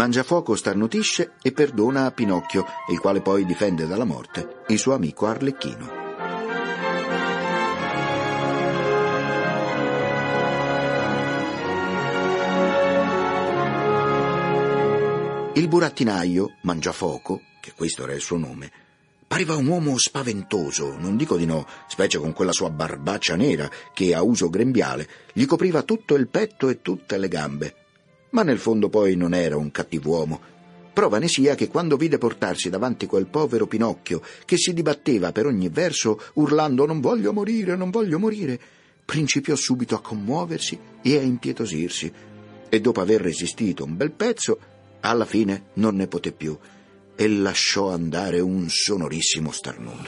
Mangiafuoco starnutisce e perdona a Pinocchio, il quale poi difende dalla morte il suo amico Arlecchino. Il burattinaio, Mangiafoco, che questo era il suo nome, pareva un uomo spaventoso, non dico di no, specie con quella sua barbaccia nera che, a uso grembiale, gli copriva tutto il petto e tutte le gambe. Ma nel fondo poi non era un cattiv'uomo. Prova ne sia che quando vide portarsi davanti quel povero Pinocchio, che si dibatteva per ogni verso urlando «Non voglio morire, non voglio morire», principiò subito a commuoversi e a impietosirsi, e dopo aver resistito un bel pezzo, alla fine non ne poté più e lasciò andare un sonorissimo starnuto.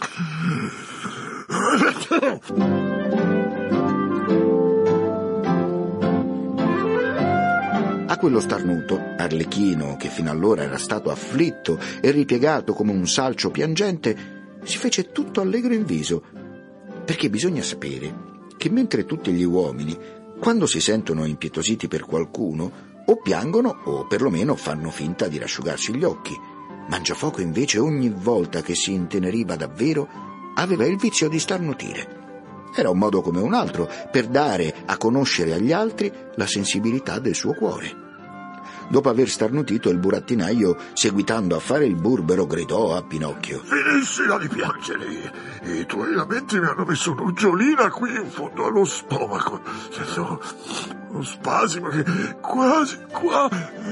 A quello starnuto, Arlecchino, che fino allora era stato afflitto e ripiegato come un salcio piangente, si fece tutto allegro in viso, perché bisogna sapere che mentre tutti gli uomini, quando si sentono impietositi per qualcuno, o piangono o perlomeno fanno finta di rasciugarsi gli occhi, Mangiafoco invece ogni volta che si inteneriva davvero aveva il vizio di starnutire. Era un modo come un altro per dare a conoscere agli altri la sensibilità del suo cuore. Dopo aver starnutito, il burattinaio, seguitando a fare il burbero, gridò a Pinocchio: «Finissila di piangere! I tuoi lamenti mi hanno messo un'uggiolina qui in fondo allo stomaco. Sento uno spasimo che quasi qua...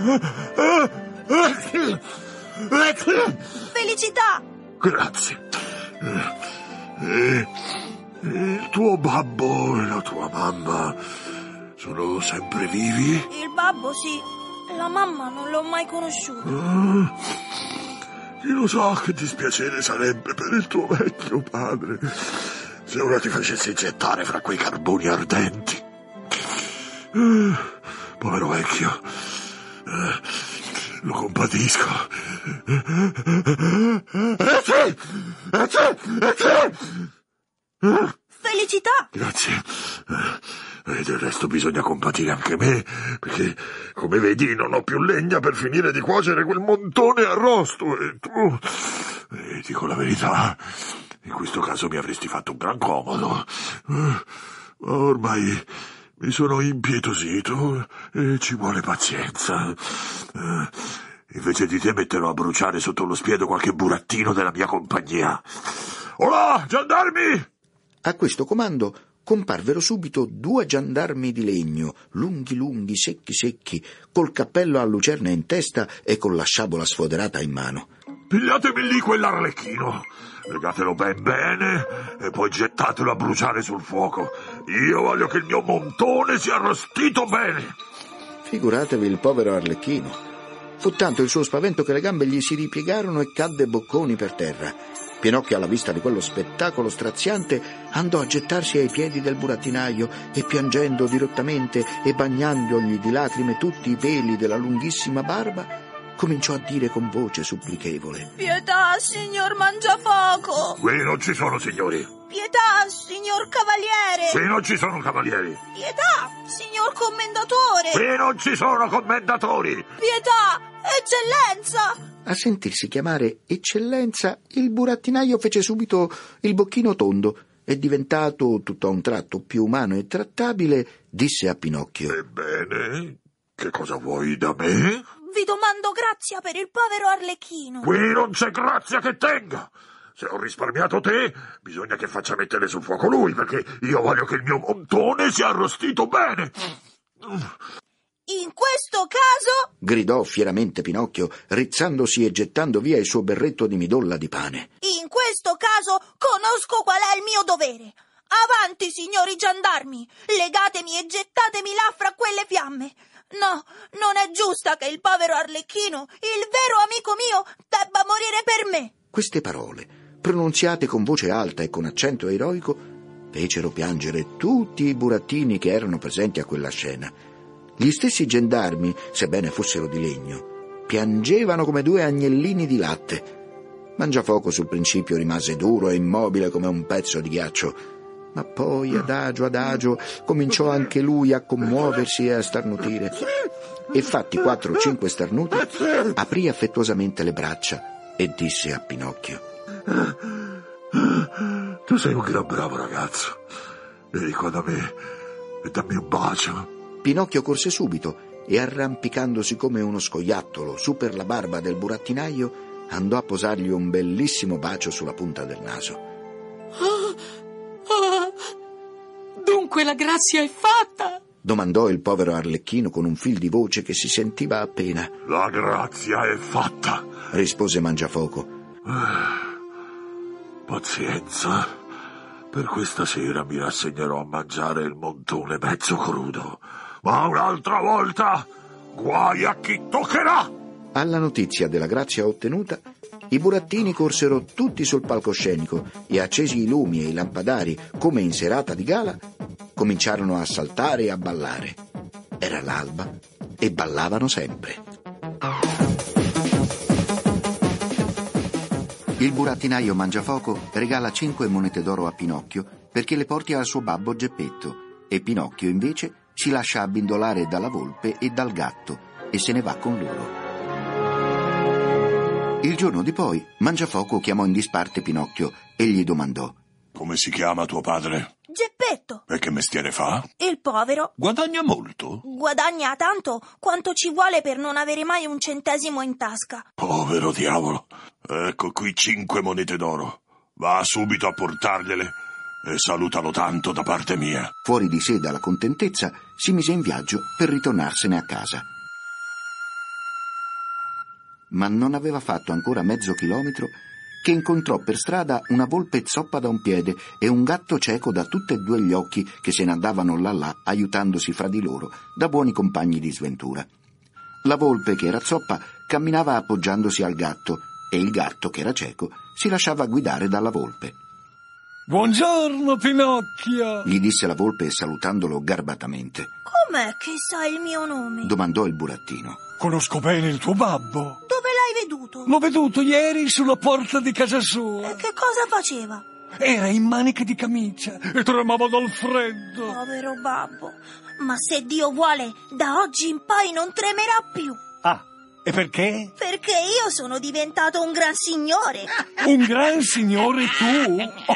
Felicità!» Grazie. Il tuo babbo e la tua mamma sono sempre vivi? Il babbo sì, la mamma non l'ho mai conosciuta. Chi lo sa che dispiacere sarebbe per il tuo vecchio padre se ora ti facessi gettare fra quei carboni ardenti. Povero vecchio, lo compatisco. Felicità! Grazie. E del resto bisogna compatire anche me, perché, come vedi, non ho più legna per finire di cuocere quel montone arrosto. E tu... dico la verità, in questo caso mi avresti fatto un gran comodo. Ma ormai mi sono impietosito e ci vuole pazienza. Invece di te metterò a bruciare sotto lo spiedo qualche burattino della mia compagnia. Olà, gendarmi! A questo comando comparvero subito 2 gendarmi di legno, lunghi, secchi, col cappello a lucerna in testa e con la sciabola sfoderata in mano. Pigliatemi lì quell'Arlecchino, legatelo ben bene e poi gettatelo a bruciare sul fuoco. Io voglio che il mio montone sia arrostito bene. Figuratevi il povero Arlecchino. Fu tanto il suo spavento che le gambe gli si ripiegarono e cadde bocconi per terra. Pinocchio, alla vista di quello spettacolo straziante, andò a gettarsi ai piedi del burattinaio e, piangendo dirottamente e bagnandogli di lacrime tutti i peli della lunghissima barba, cominciò a dire con voce supplichevole: «Pietà, signor Mangiafoco! Qui non ci sono signori! Pietà, signor Cavaliere! Qui non ci sono cavalieri! Pietà, signor Commendatore! Qui non ci sono commendatori! Pietà, eccellenza!» A sentirsi chiamare eccellenza, il burattinaio fece subito il bocchino tondo e, diventato tutto a un tratto più umano e trattabile, disse a Pinocchio: «Ebbene, che cosa vuoi da me?» «Vi domando grazia per il povero Arlecchino». «Qui non c'è grazia che tenga! Se ho risparmiato te, bisogna che faccia mettere sul fuoco lui, perché io voglio che il mio montone sia arrostito bene!» «In questo caso», gridò fieramente Pinocchio, rizzandosi e gettando via il suo berretto di midolla di pane, «in questo caso conosco qual è il mio dovere. Avanti, signori gendarmi, legatemi e gettatemi là fra quelle fiamme. No, non è giusta che il povero Arlecchino, il vero amico mio, debba morire per me». Queste parole, pronunziate con voce alta e con accento eroico, fecero piangere tutti i burattini che erano presenti a quella scena. Gli stessi gendarmi, sebbene fossero di legno, piangevano come 2 agnellini di latte. Mangiafoco sul principio rimase duro e immobile come un pezzo di ghiaccio, Ma poi, adagio, cominciò anche lui a commuoversi e a starnutire. E fatti 4 o 5 starnuti, aprì affettuosamente le braccia e disse a Pinocchio: Tu sei un gran bravo ragazzo. Vieni qua da me e dammi un bacio. Pinocchio corse subito e, arrampicandosi come uno scoiattolo su per la barba del burattinaio, andò a posargli un bellissimo bacio sulla punta del naso. Dunque la grazia è fatta? Domandò il povero Arlecchino con un fil di voce che si sentiva appena. La grazia è fatta, rispose Mangiafoco. Pazienza, per questa sera mi rassegnerò a mangiare il montone mezzo crudo, ma un'altra volta guai a chi toccherà. Alla notizia della grazia ottenuta, i burattini corsero tutti sul palcoscenico e, accesi i lumi e i lampadari come in serata di gala, cominciarono a saltare e a ballare. Era l'alba e ballavano sempre. Il burattinaio Mangiafoco regala 5 monete d'oro a Pinocchio perché le porti al suo babbo Geppetto, e Pinocchio invece si lascia abbindolare dalla volpe e dal gatto e se ne va con loro. Il giorno di poi Mangiafoco chiamò in disparte Pinocchio e gli domandò: Come si chiama tuo padre? Geppetto. E che mestiere fa? Il povero Guadagna molto? guadagna tanto quanto ci vuole per non avere mai un centesimo in tasca. Povero diavolo. Ecco qui 5 monete d'oro. Va subito a portargliele e salutalo tanto da parte mia. Fuori di sé dalla contentezza, si mise in viaggio per ritornarsene a casa. Ma non aveva fatto ancora mezzo chilometro che incontrò per strada una volpe zoppa da un piede e un gatto cieco da tutti e 2 gli occhi che se ne andavano là aiutandosi fra di loro da buoni compagni di sventura. La volpe, che era zoppa, camminava appoggiandosi al gatto e il gatto, che era cieco, si lasciava guidare dalla volpe. Buongiorno, Pinocchio! Gli disse la volpe salutandolo garbatamente. Com'è che sa il mio nome? Domandò il burattino. Conosco bene il tuo babbo. Dove l'hai veduto? L'ho veduto ieri sulla porta di casa sua. E che cosa faceva? Era in maniche di camicia e tremava dal freddo. Povero babbo. Ma se Dio vuole, da oggi in poi non tremerà più. Ah, e perché? Perché io sono diventato un gran signore. Un gran signore tu?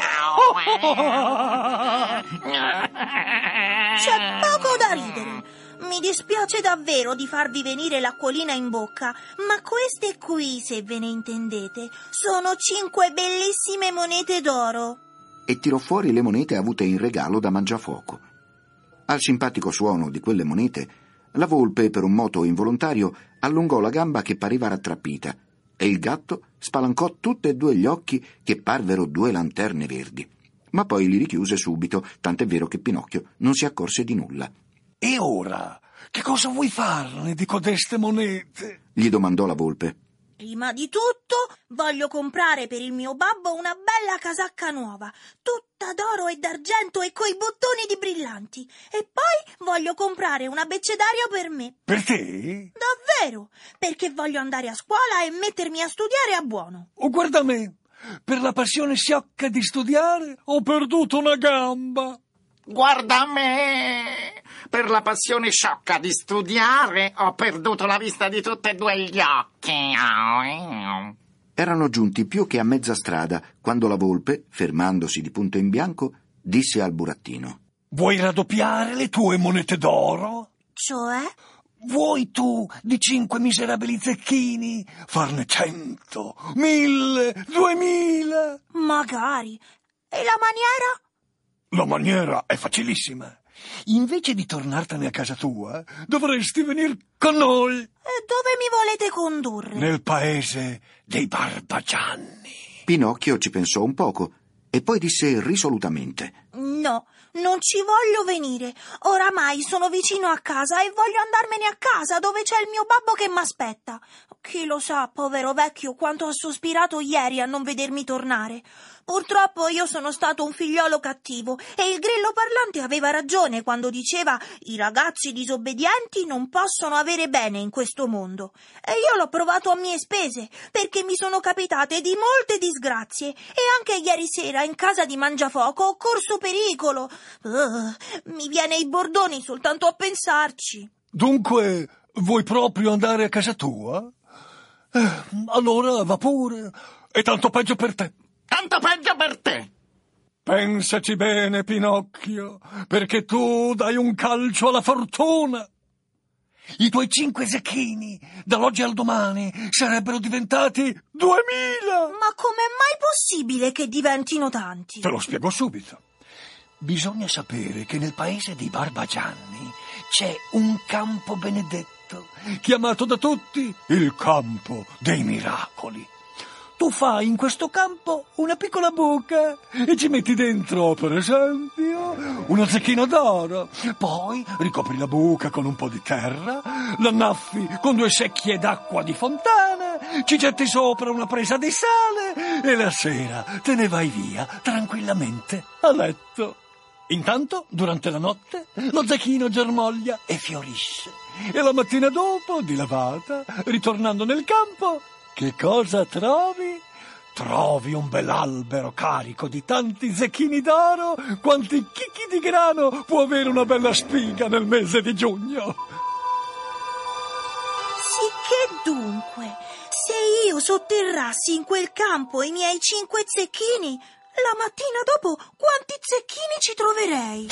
C'è poco da ridere. Mi dispiace davvero di farvi venire l'acquolina in bocca, ma queste qui, se ve ne intendete, sono 5 bellissime monete d'oro. E tirò fuori le monete avute in regalo da Mangiafoco. Al simpatico suono di quelle monete, la volpe, per un moto involontario, allungò la gamba che pareva rattrappita e il gatto spalancò tutti e 2 gli occhi che parvero 2 lanterne verdi. Ma poi li richiuse subito, tant'è vero che Pinocchio non si accorse di nulla. E ora, che cosa vuoi farne di codeste monete? Gli domandò la volpe. Prima di tutto voglio comprare per il mio babbo una bella casacca nuova, tutta d'oro e d'argento e coi bottoni di brillanti. E poi voglio comprare un abbecedario per me. Per te? Davvero, perché voglio andare a scuola e mettermi a studiare a buono. Oh, guarda me, per la passione sciocca di studiare ho perduto una gamba. Guarda me! Per la passione sciocca di studiare ho perduto la vista di tutti e 2 gli occhi. Erano giunti più che a mezza strada quando la volpe, fermandosi di punto in bianco, disse al burattino: Vuoi raddoppiare le tue monete d'oro? Cioè? Vuoi tu di 5 miserabili zecchini farne 100, 1000, 2000? Magari. E la maniera? La maniera è facilissima. Invece di tornartene a casa tua, dovresti venire con noi. E dove mi volete condurre? Nel paese dei Barbagianni. Pinocchio ci pensò un poco e poi disse risolutamente: No, non ci voglio venire. Oramai sono vicino a casa e voglio andarmene a casa dove c'è il mio babbo che m'aspetta. Chi lo sa, povero vecchio, quanto ha sospirato ieri a non vedermi tornare. Purtroppo io sono stato un figliolo cattivo e il grillo parlante aveva ragione quando diceva: i ragazzi disobbedienti non possono avere bene in questo mondo. E io l'ho provato a mie spese, perché mi sono capitate di molte disgrazie e anche ieri sera in casa di Mangiafoco ho corso pericolo. Mi viene i bordoni soltanto a pensarci. Dunque, vuoi proprio andare a casa tua? Allora va pure. È tanto peggio per te. Tanto peggio per te. Pensaci bene, Pinocchio, perché tu dai un calcio alla fortuna. I tuoi 5 zecchini, dall'oggi al domani, sarebbero diventati 2000. Ma com'è mai possibile che diventino tanti? Te lo spiego subito. Bisogna sapere che nel paese dei Barbagianni c'è un campo benedetto, chiamato da tutti il campo dei miracoli. Tu fai in questo campo una piccola buca e ci metti dentro, per esempio, uno zecchino d'oro. Poi ricopri la buca con un po' di terra, l'annaffi con 2 secchie d'acqua di fontana, ci getti sopra una presa di sale e la sera te ne vai via tranquillamente a letto. Intanto, durante la notte, lo zecchino germoglia e fiorisce. E la mattina dopo, di lavata, ritornando nel campo, che cosa trovi? Trovi un bell'albero carico di tanti zecchini d'oro quanti chicchi di grano può avere una bella spiga nel mese di giugno. Sicché dunque, se io sotterrassi in quel campo i miei 5 zecchini, la mattina dopo quanti zecchini ci troverei?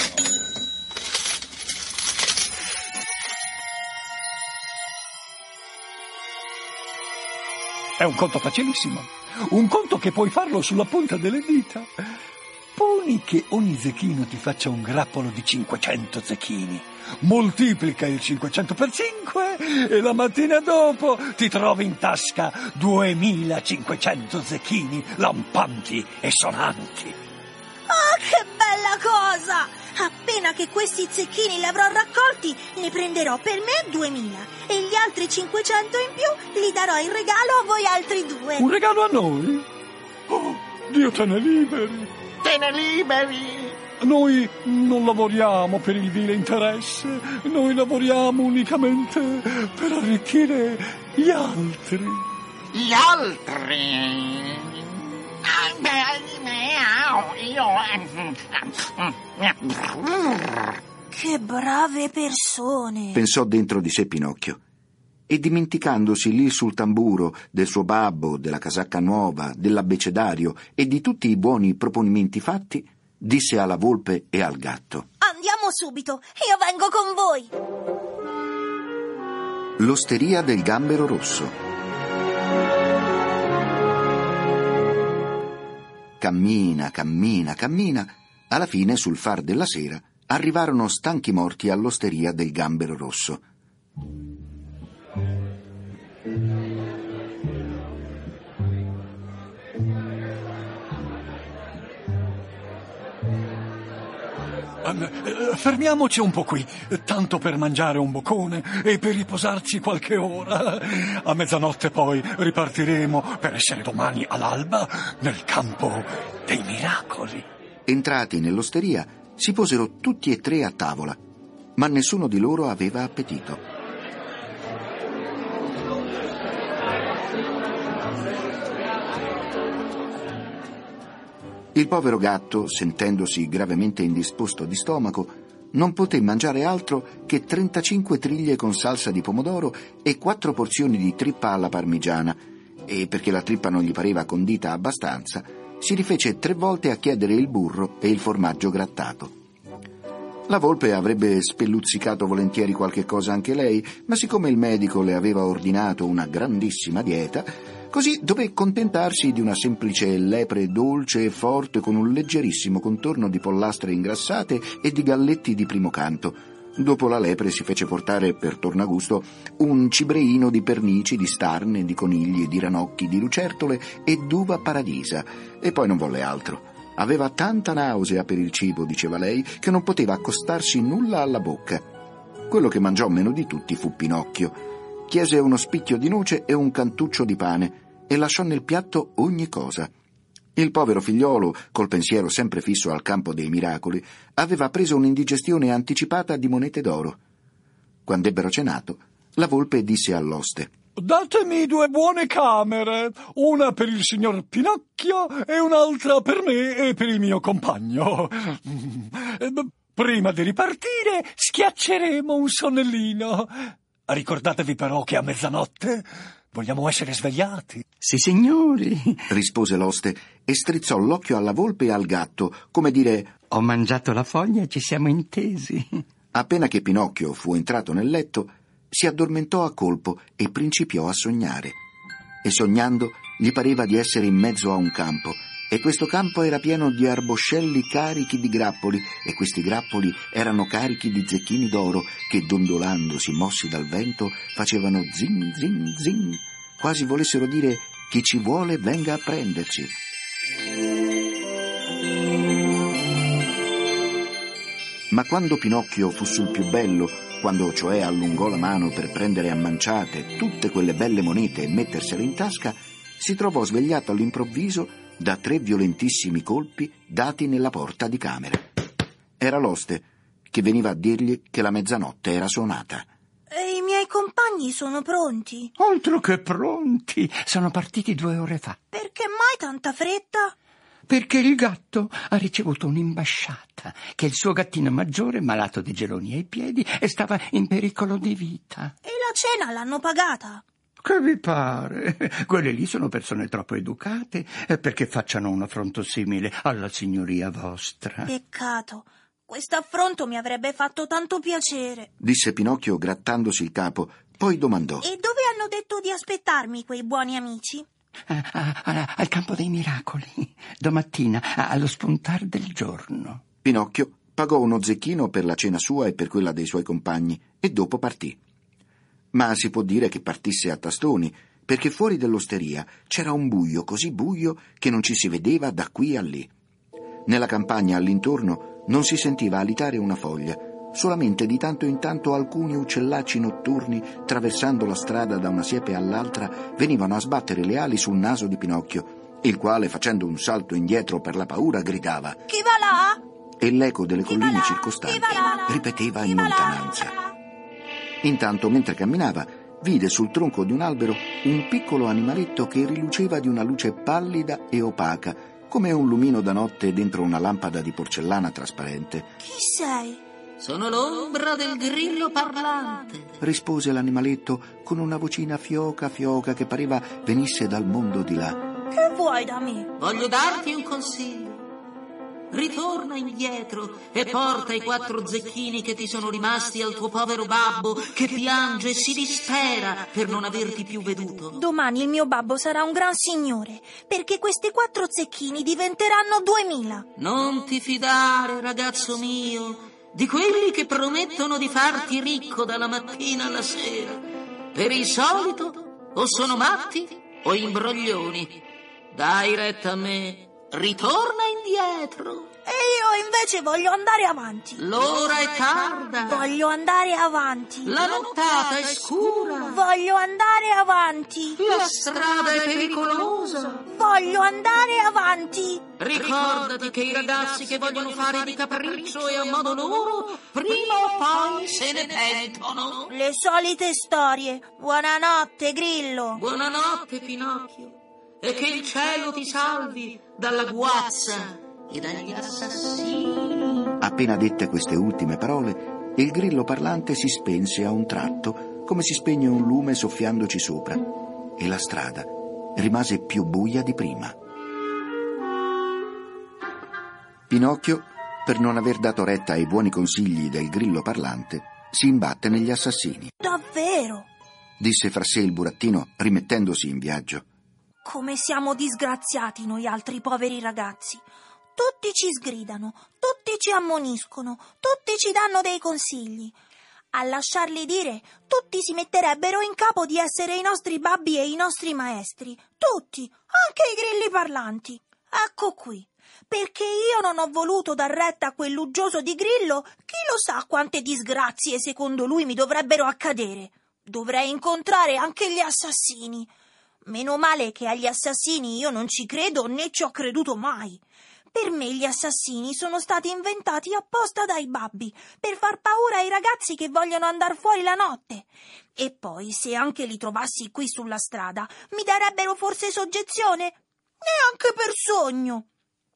È un conto facilissimo, un conto che puoi farlo sulla punta delle dita. Poni che ogni zecchino ti faccia un grappolo di 500 zecchini, moltiplica il 500 per 5 e la mattina dopo ti trovi in tasca 2500 zecchini lampanti e sonanti. Oh, che bella cosa! Appena che questi zecchini li avrò raccolti, ne prenderò per me 2000 e gli altri 500 in più li darò in regalo a voi altri 2. Un regalo a noi? Oh, Dio te ne liberi. Te ne liberi. Noi non lavoriamo per il vile interesse, noi lavoriamo unicamente per arricchire gli altri. Gli altri? Che brave persone! Pensò dentro di sé Pinocchio. E dimenticandosi lì sul tamburo del suo babbo, della casacca nuova, dell'abbecedario e di tutti i buoni proponimenti fatti, disse alla volpe e al gatto: Andiamo subito, io vengo con voi! L'osteria del Gambero Rosso. Cammina, cammina, cammina. Alla fine, sul far della sera, arrivarono stanchi morti all'osteria del Gambero Rosso. Fermiamoci un po' qui, tanto per mangiare un boccone e per riposarci qualche ora. A mezzanotte poi ripartiremo per essere domani all'alba nel campo dei miracoli. Entrati nell'osteria, si posero tutti e 3 a tavola, ma nessuno di loro aveva appetito. Il povero gatto, sentendosi gravemente indisposto di stomaco, non poté mangiare altro che 35 triglie con salsa di pomodoro e 4 porzioni di trippa alla parmigiana, e perché la trippa non gli pareva condita abbastanza, si rifece 3 volte a chiedere il burro e il formaggio grattato. La volpe avrebbe spelluzzicato volentieri qualche cosa anche lei, ma siccome il medico le aveva ordinato una grandissima dieta, così dové contentarsi di una semplice lepre dolce e forte con un leggerissimo contorno di pollastre ingrassate e di galletti di primo canto. Dopo la lepre si fece portare, per tornagusto, un cibreino di pernici, di starne, di conigli, di ranocchi, di lucertole e d'uva paradisa, e poi non volle altro. Aveva tanta nausea per il cibo, diceva lei, che non poteva accostarsi nulla alla bocca. Quello che mangiò meno di tutti fu Pinocchio. Chiese uno spicchio di noce e un cantuccio di pane e lasciò nel piatto ogni cosa. Il povero figliolo, col pensiero sempre fisso al campo dei miracoli, aveva preso un'indigestione anticipata di monete d'oro. Quando ebbero cenato, la volpe disse all'oste: «Datemi 2 buone camere, una per il signor Pinocchio e un'altra per me e per il mio compagno. Prima di ripartire schiacceremo un sonnellino. Ricordatevi però che a mezzanotte vogliamo essere svegliati». «Sì, signori», rispose l'oste e strizzò l'occhio alla volpe e al gatto, come dire: «Ho mangiato la foglia e ci siamo intesi». Appena che Pinocchio fu entrato nel letto, si addormentò a colpo e principiò a sognare. E sognando gli pareva di essere in mezzo a un campo, e questo campo era pieno di arboscelli carichi di grappoli, e questi grappoli erano carichi di zecchini d'oro che, dondolandosi mossi dal vento, facevano zin zin zin, quasi volessero dire: chi ci vuole venga a prenderci. Ma quando Pinocchio fu sul più bello, quando cioè allungò la mano per prendere a manciate tutte quelle belle monete e mettersele in tasca, si trovò svegliato all'improvviso da 3 violentissimi colpi dati nella porta di camera. Era l'oste, che veniva a dirgli che la mezzanotte era suonata. E i miei compagni sono pronti? Altro che pronti, sono partiti 2 ore fa. Perché mai tanta fretta? Perché il gatto ha ricevuto un'imbasciata, che il suo gattino maggiore, malato di geloni ai piedi, e stava in pericolo di vita. E la cena l'hanno pagata? Che vi pare? Quelle lì sono persone troppo educate perché facciano un affronto simile alla signoria vostra. Peccato. Quest'affronto mi avrebbe fatto tanto piacere, disse Pinocchio grattandosi il capo, poi domandò: e dove hanno detto di aspettarmi quei buoni amici? Al campo dei miracoli, domattina, allo spuntar del giorno. Pinocchio pagò uno zecchino per la cena sua e per quella dei suoi compagni e dopo partì. Ma si può dire che partisse a tastoni, perché fuori dell'osteria c'era un buio così buio che non ci si vedeva da qui a lì. Nella campagna all'intorno non si sentiva alitare una foglia, solamente di tanto in tanto alcuni uccellacci notturni, traversando la strada da una siepe all'altra, venivano a sbattere le ali sul naso di Pinocchio, il quale, facendo un salto indietro per la paura, gridava: Chi va là? E l'eco delle Chi colline va là? circostanti Chi va là? ripeteva Chi in va là? lontananza. Intanto, mentre camminava, vide sul tronco di un albero un piccolo animaletto che riluceva di una luce pallida e opaca, come un lumino da notte dentro una lampada di porcellana trasparente. Chi sei? Sono l'ombra del grillo parlante. Rispose l'animaletto con una vocina fioca fioca che pareva venisse dal mondo di là. Che vuoi da me? Voglio darti un consiglio. Ritorna indietro e porta i 4 zecchini che ti sono rimasti al tuo povero babbo, che piange e si dispera per non averti più veduto. Domani il mio babbo sarà un gran signore, perché questi 4 zecchini diventeranno 2000. Non ti fidare, ragazzo mio, di quelli che promettono di farti ricco dalla mattina alla sera. Per il solito o sono matti o imbroglioni. Dai retta a me. Ritorna indietro. E io invece voglio andare avanti. L'ora è tarda. Voglio andare avanti. La nottata è scura. Voglio andare avanti. La strada è pericolosa. Voglio andare avanti. Ricordati che i ragazzi che vogliono fare di capriccio e a modo loro, prima o poi se ne pentono. Le solite storie. Buonanotte, Grillo. Buonanotte, Pinocchio. E che il cielo ti salvi dalla guazza e dagli assassini. Appena dette queste ultime parole, il grillo parlante si spense a un tratto, come si spegne un lume soffiandoci sopra, e la strada rimase più buia di prima. Pinocchio, per non aver dato retta ai buoni consigli del grillo parlante, si imbatte negli assassini. Davvero? Disse fra sé il burattino, rimettendosi in viaggio. Come siamo disgraziati noi altri poveri ragazzi. Tutti ci sgridano, tutti ci ammoniscono, tutti ci danno dei consigli. A lasciarli dire, tutti si metterebbero in capo di essere i nostri babbi e i nostri maestri. Tutti, anche i grilli parlanti. Ecco qui. Perché io non ho voluto dar retta a quell'uggioso di Grillo, chi lo sa quante disgrazie secondo lui mi dovrebbero accadere. Dovrei incontrare anche gli assassini. Meno male che agli assassini io non ci credo né ci ho creduto mai. Per me gli assassini sono stati inventati apposta dai babbi per far paura ai ragazzi che vogliono andare fuori la notte. E poi, se anche li trovassi qui sulla strada, mi darebbero forse soggezione? Neanche per sogno.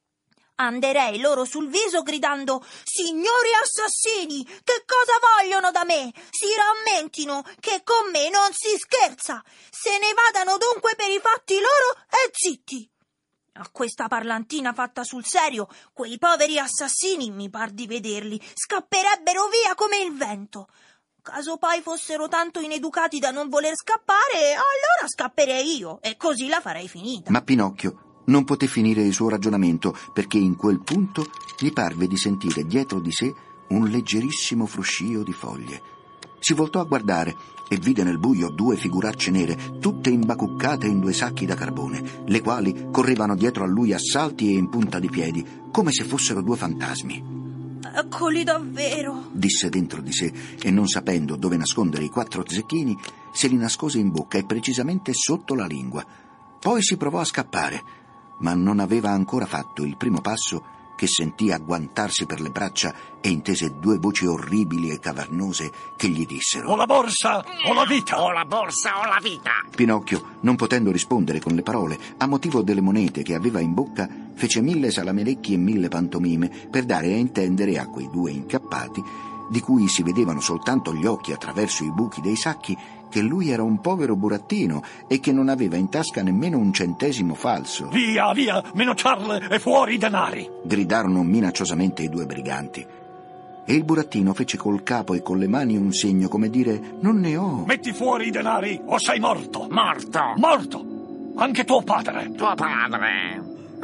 Anderei loro sul viso gridando: «Signori assassini, che cosa vogliono da me? Si rammentino che con me non si scherza! Se ne vadano dunque per i fatti loro e zitti!» A questa parlantina fatta sul serio, quei poveri assassini, mi par di vederli, scapperebbero via come il vento. Caso poi fossero tanto ineducati da non voler scappare, allora scapperei io e così la farei finita. Ma Pinocchio non poté finire il suo ragionamento, perché in quel punto gli parve di sentire dietro di sé un leggerissimo fruscio di foglie. Si voltò a guardare e vide nel buio 2 figuracce nere, tutte imbacuccate in 2 sacchi da carbone, le quali correvano dietro a lui a salti e in punta di piedi, come se fossero 2 fantasmi. «Eccoli davvero», disse dentro di sé, e non sapendo dove nascondere i 4 zecchini, se li nascose in bocca e precisamente sotto la lingua. Poi si provò a scappare, ma non aveva ancora fatto il primo passo che sentì agguantarsi per le braccia e intese 2 voci orribili e cavernose che gli dissero: «O la borsa o la vita!» O la borsa o la vita! Pinocchio, non potendo rispondere con le parole, a motivo delle monete che aveva in bocca, fece 1000 salamelecchi e 1000 pantomime per dare a intendere a quei 2 incappati, di cui si vedevano soltanto gli occhi attraverso i buchi dei sacchi, che lui era un povero burattino e che non aveva in tasca nemmeno un centesimo falso. «Via, via, meno ciarle e fuori i denari!» gridarono minacciosamente i 2 briganti. E il burattino fece col capo e con le mani un segno come dire: «Non ne ho». «Metti fuori i denari o sei morto!» Morto! «Morto! Anche tuo padre!» Tuo padre!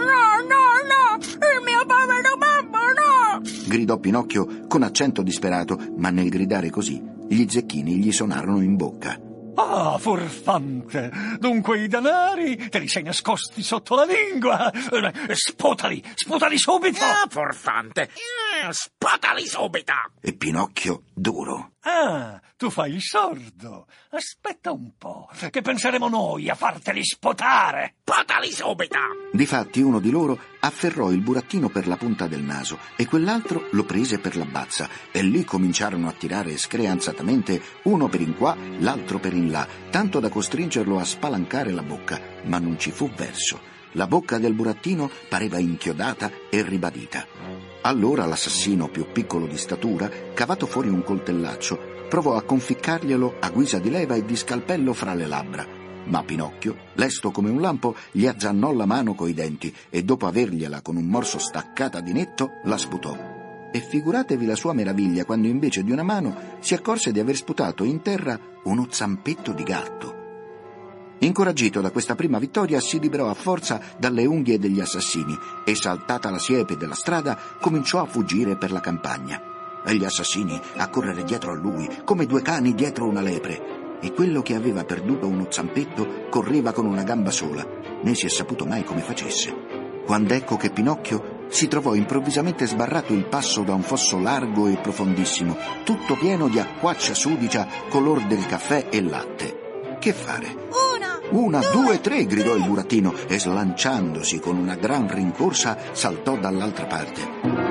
No, il mio povero babbo, no!» gridò Pinocchio con accento disperato, ma nel gridare così gli zecchini gli sonarono in bocca. «Ah, furfante! Dunque i denari te li sei nascosti sotto la lingua! Sputali subito!» Ah, furfante! Sputali subito! E Pinocchio, duro: «Ah, tu fai il sordo! Aspetta un po', che penseremo noi a farteli sputare!» Sputali subito! Difatti uno di loro afferrò il burattino per la punta del naso e quell'altro lo prese per la bazza, e lì cominciarono a tirare screanzatamente, uno per in qua, l'altro per in là, tanto da costringerlo a spalancare la bocca, ma non ci fu verso. La bocca del burattino pareva inchiodata e ribadita. Allora l'assassino, più piccolo di statura, cavato fuori un coltellaccio, provò a conficcarglielo a guisa di leva e di scalpello fra le labbra. Ma Pinocchio, lesto come un lampo, gli azzannò la mano coi denti e dopo avergliela con un morso staccata di netto, la sputò. E figuratevi la sua meraviglia quando invece di una mano si accorse di aver sputato in terra uno zampetto di gatto. Incoraggito da questa prima vittoria, si liberò a forza dalle unghie degli assassini e, saltata la siepe della strada, cominciò a fuggire per la campagna. E gli assassini a correre dietro a lui come 2 cani dietro una lepre, e quello che aveva perduto uno zampetto correva con una gamba sola, né si è saputo mai come facesse. Quando ecco che Pinocchio si trovò improvvisamente sbarrato il passo da un fosso largo e profondissimo, tutto pieno di acquaccia sudicia color del caffè e latte. Che fare? 1, 2, 3, gridò il burattino e, slanciandosi con una gran rincorsa, saltò dall'altra parte.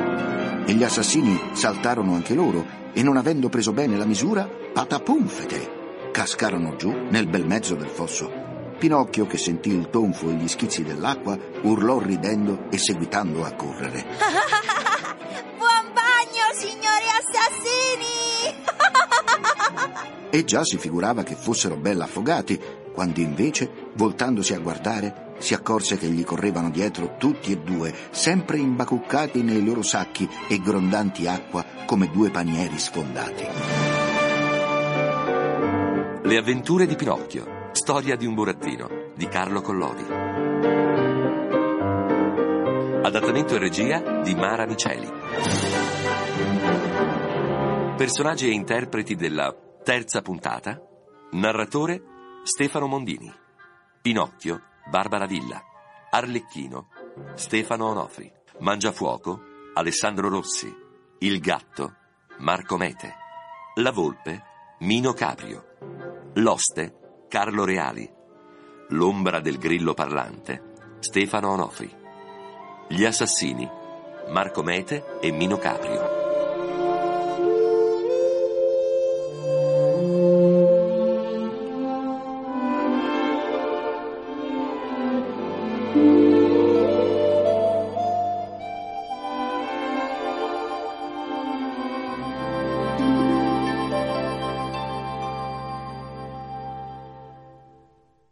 E gli assassini saltarono anche loro e, non avendo preso bene la misura, patapumfete, cascarono giù nel bel mezzo del fosso. Pinocchio, che sentì il tonfo e gli schizzi dell'acqua, urlò ridendo e seguitando a correre. Buon bagno, signori assassini! E già si figurava che fossero bella affogati, quando invece, voltandosi a guardare, si accorse che gli correvano dietro tutti e 2, sempre imbacuccati nei loro sacchi e grondanti acqua come 2 panieri sfondati. Le avventure di Pinocchio, storia di un burattino, di Carlo Collodi. Adattamento e regia di Mara Miceli. Personaggi e interpreti della terza puntata: narratore Stefano Mondini, Pinocchio Barbara Villa, Arlecchino Stefano Onofri, Mangiafuoco Alessandro Rossi, il gatto Marco Mete, la volpe Mino Caprio, l'oste Carlo Reali, L'ombra del grillo parlante, Stefano Onofri. Gli assassini, Marco Mete e Mino Caprio.